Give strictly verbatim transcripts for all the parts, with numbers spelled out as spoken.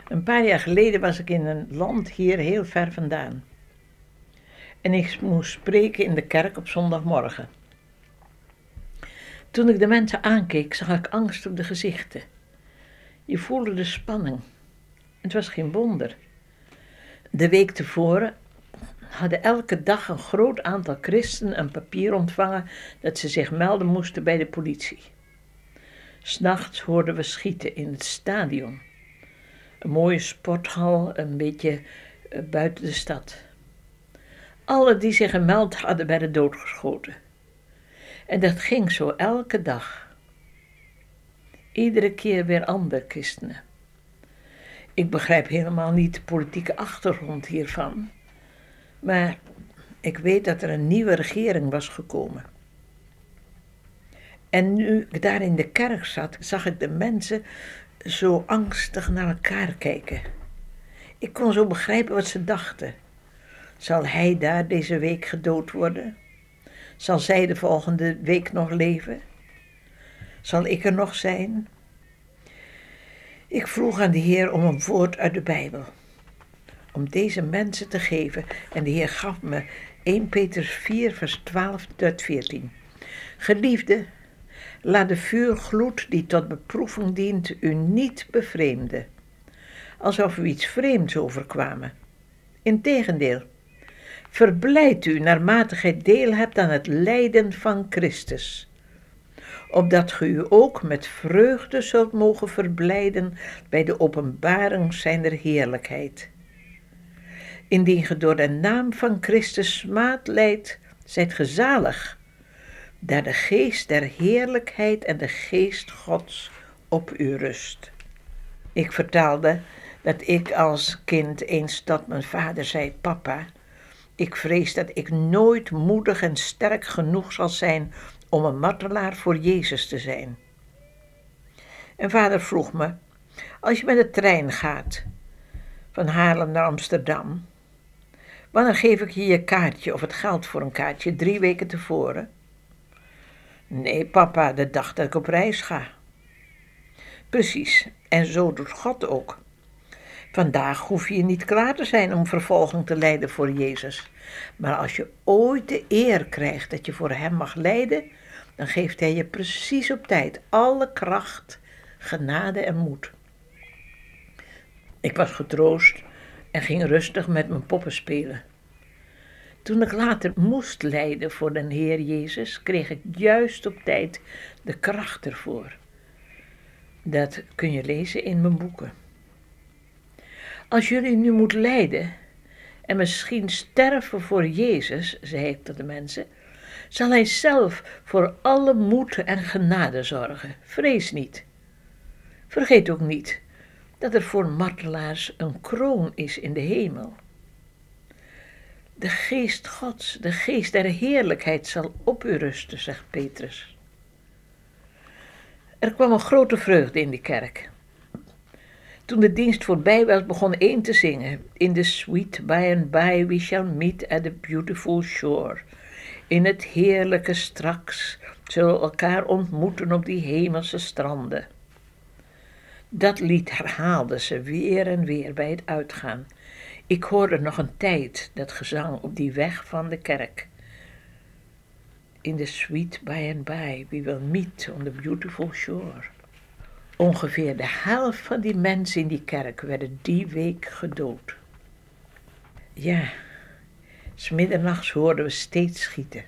Een paar jaar geleden was ik in een land hier heel ver vandaan. En ik moest spreken in de kerk op zondagmorgen. Toen ik de mensen aankeek, zag ik angst op de gezichten. Je voelde de spanning. Het was geen wonder. De week tevoren hadden elke dag een groot aantal christenen een papier ontvangen dat ze zich melden moesten bij de politie. 'S Nachts hoorden we schieten in het stadion. Een mooie sporthal, een beetje buiten de stad. Alle die zich gemeld hadden werden doodgeschoten. En dat ging zo elke dag. Iedere keer weer andere christenen. Ik begrijp helemaal niet de politieke achtergrond hiervan. Maar ik weet dat er een nieuwe regering was gekomen. En nu ik daar in de kerk zat, zag ik de mensen zo angstig naar elkaar kijken. Ik kon zo begrijpen wat ze dachten. Zal hij daar deze week gedood worden? Zal zij de volgende week nog leven? Zal ik er nog zijn? Ik vroeg aan de Heer om een woord uit de Bijbel, om deze mensen te geven, en de Heer gaf me eerste Petrus vier, vers twaalf tot veertien. Geliefde, laat de vuurgloed die tot beproeving dient u niet bevreemden, alsof u iets vreemds overkwamen. Integendeel, verblijd u naarmate gij deel hebt aan het lijden van Christus, opdat ge u ook met vreugde zult mogen verblijden bij de openbaring zijner heerlijkheid. Indien ge door de naam van Christus smaad lijdt, zijt ge zalig, daar de geest der heerlijkheid en de geest Gods op u rust. Ik vertaalde dat ik als kind eens tot mijn vader zei: papa, ik vrees dat ik nooit moedig en sterk genoeg zal zijn om een martelaar voor Jezus te zijn. En vader vroeg me: als je met de trein gaat, van Haarlem naar Amsterdam, wanneer geef ik je je kaartje of het geld voor een kaartje, drie weken tevoren? Nee, papa, de dag dat ik op reis ga. Precies, en zo doet God ook. Vandaag hoef je niet klaar te zijn om vervolging te lijden voor Jezus. Maar als je ooit de eer krijgt dat je voor hem mag lijden, dan geeft hij je precies op tijd alle kracht, genade en moed. Ik was getroost en ging rustig met mijn poppen spelen. Toen ik later moest lijden voor de Heer Jezus, kreeg ik juist op tijd de kracht ervoor. Dat kun je lezen in mijn boeken. Als jullie nu moeten lijden en misschien sterven voor Jezus, zei ik tot de mensen, zal hij zelf voor alle moed en genade zorgen. Vrees niet. Vergeet ook niet dat er voor martelaars een kroon is in de hemel. De geest Gods, de geest der heerlijkheid zal op u rusten, zegt Petrus. Er kwam een grote vreugde in die kerk. Toen de dienst voorbij was, begon één te zingen: In the sweet by and by we shall meet at the beautiful shore. In het heerlijke straks zullen we elkaar ontmoeten op die hemelse stranden. Dat lied herhaalde ze weer en weer bij het uitgaan. Ik hoorde nog een tijd dat gezang op die weg van de kerk. In the sweet by and by we will meet on the beautiful shore. Ongeveer de helft van die mensen in die kerk werden die week gedood. Ja, 's middernachts hoorden we steeds schieten.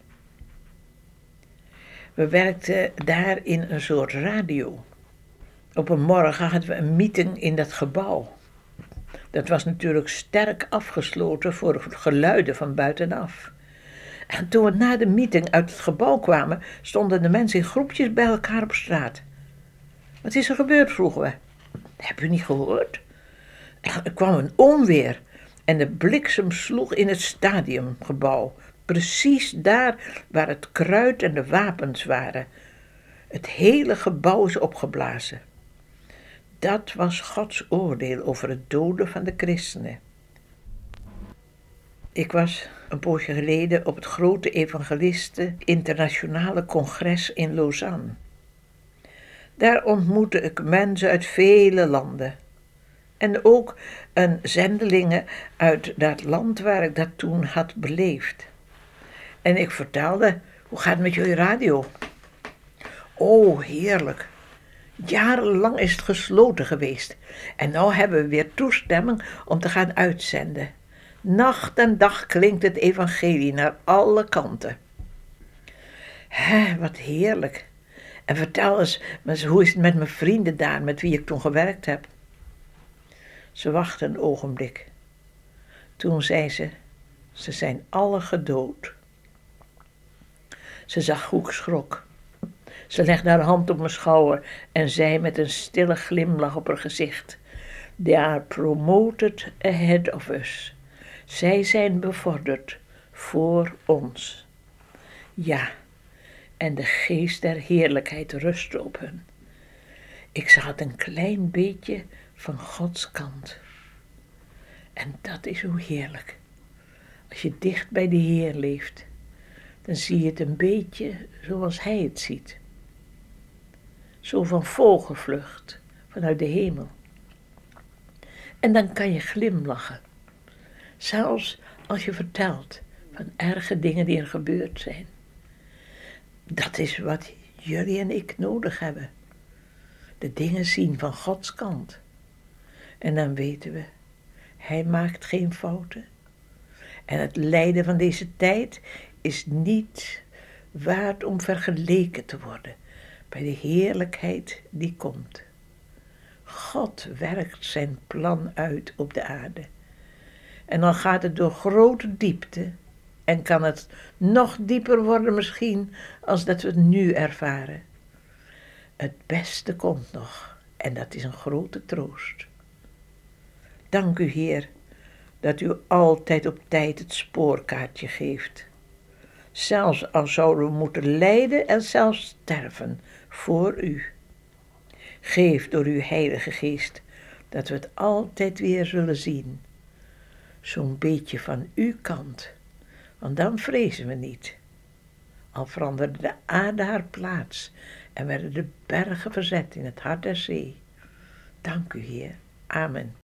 We werkten daar in een soort radio. Op een morgen hadden we een meeting in dat gebouw. Dat was natuurlijk sterk afgesloten voor geluiden van buitenaf. En toen we na de meeting uit het gebouw kwamen, stonden de mensen in groepjes bij elkaar op straat. Wat is er gebeurd, vroegen we. Heb u niet gehoord? Er kwam een onweer en de bliksem sloeg in het stadiongebouw, precies daar waar het kruit en de wapens waren. Het hele gebouw is opgeblazen. Dat was Gods oordeel over het doden van de christenen. Ik was een poosje geleden op het grote evangelisten internationale congres in Lausanne. Daar ontmoette ik mensen uit vele landen. En ook een zendelinge uit dat land waar ik dat toen had beleefd. En ik vertelde, hoe gaat het met jullie radio? Oh, heerlijk. Jarenlang is het gesloten geweest. En nu hebben we weer toestemming om te gaan uitzenden. Nacht en dag klinkt het evangelie naar alle kanten. Hé, wat heerlijk. En vertel eens, hoe is het met mijn vrienden daar, met wie ik toen gewerkt heb? Ze wachtte een ogenblik. Toen zei ze, ze zijn alle gedood. Ze zag hoe ik schrok. Ze legde haar hand op mijn schouder en zei met een stille glimlach op haar gezicht: They are promoted ahead of us. Zij zijn bevorderd voor ons. Ja, en de geest der heerlijkheid rustte op hen. Ik zag het een klein beetje van Gods kant. En dat is hoe heerlijk. Als je dicht bij de Heer leeft, dan zie je het een beetje zoals Hij het ziet. Zo van vogelvlucht vanuit de hemel. En dan kan je glimlachen. Zelfs als je vertelt van erge dingen die er gebeurd zijn. Dat is wat jullie en ik nodig hebben. De dingen zien van Gods kant. En dan weten we, Hij maakt geen fouten. En het lijden van deze tijd is niet waard om vergeleken te worden bij de heerlijkheid die komt. God werkt zijn plan uit op de aarde. En dan gaat het door grote diepte en kan het nog dieper worden misschien als dat we het nu ervaren. Het beste komt nog en dat is een grote troost. Dank u, Heer, dat u altijd op tijd het spoorkaartje geeft. Zelfs al zouden we moeten lijden en zelfs sterven voor u. Geef door uw Heilige Geest dat we het altijd weer zullen zien. Zo'n beetje van uw kant, want dan vrezen we niet. Al veranderde de aarde haar plaats en werden de bergen verzet in het hart der zee. Dank u, Heer. Amen.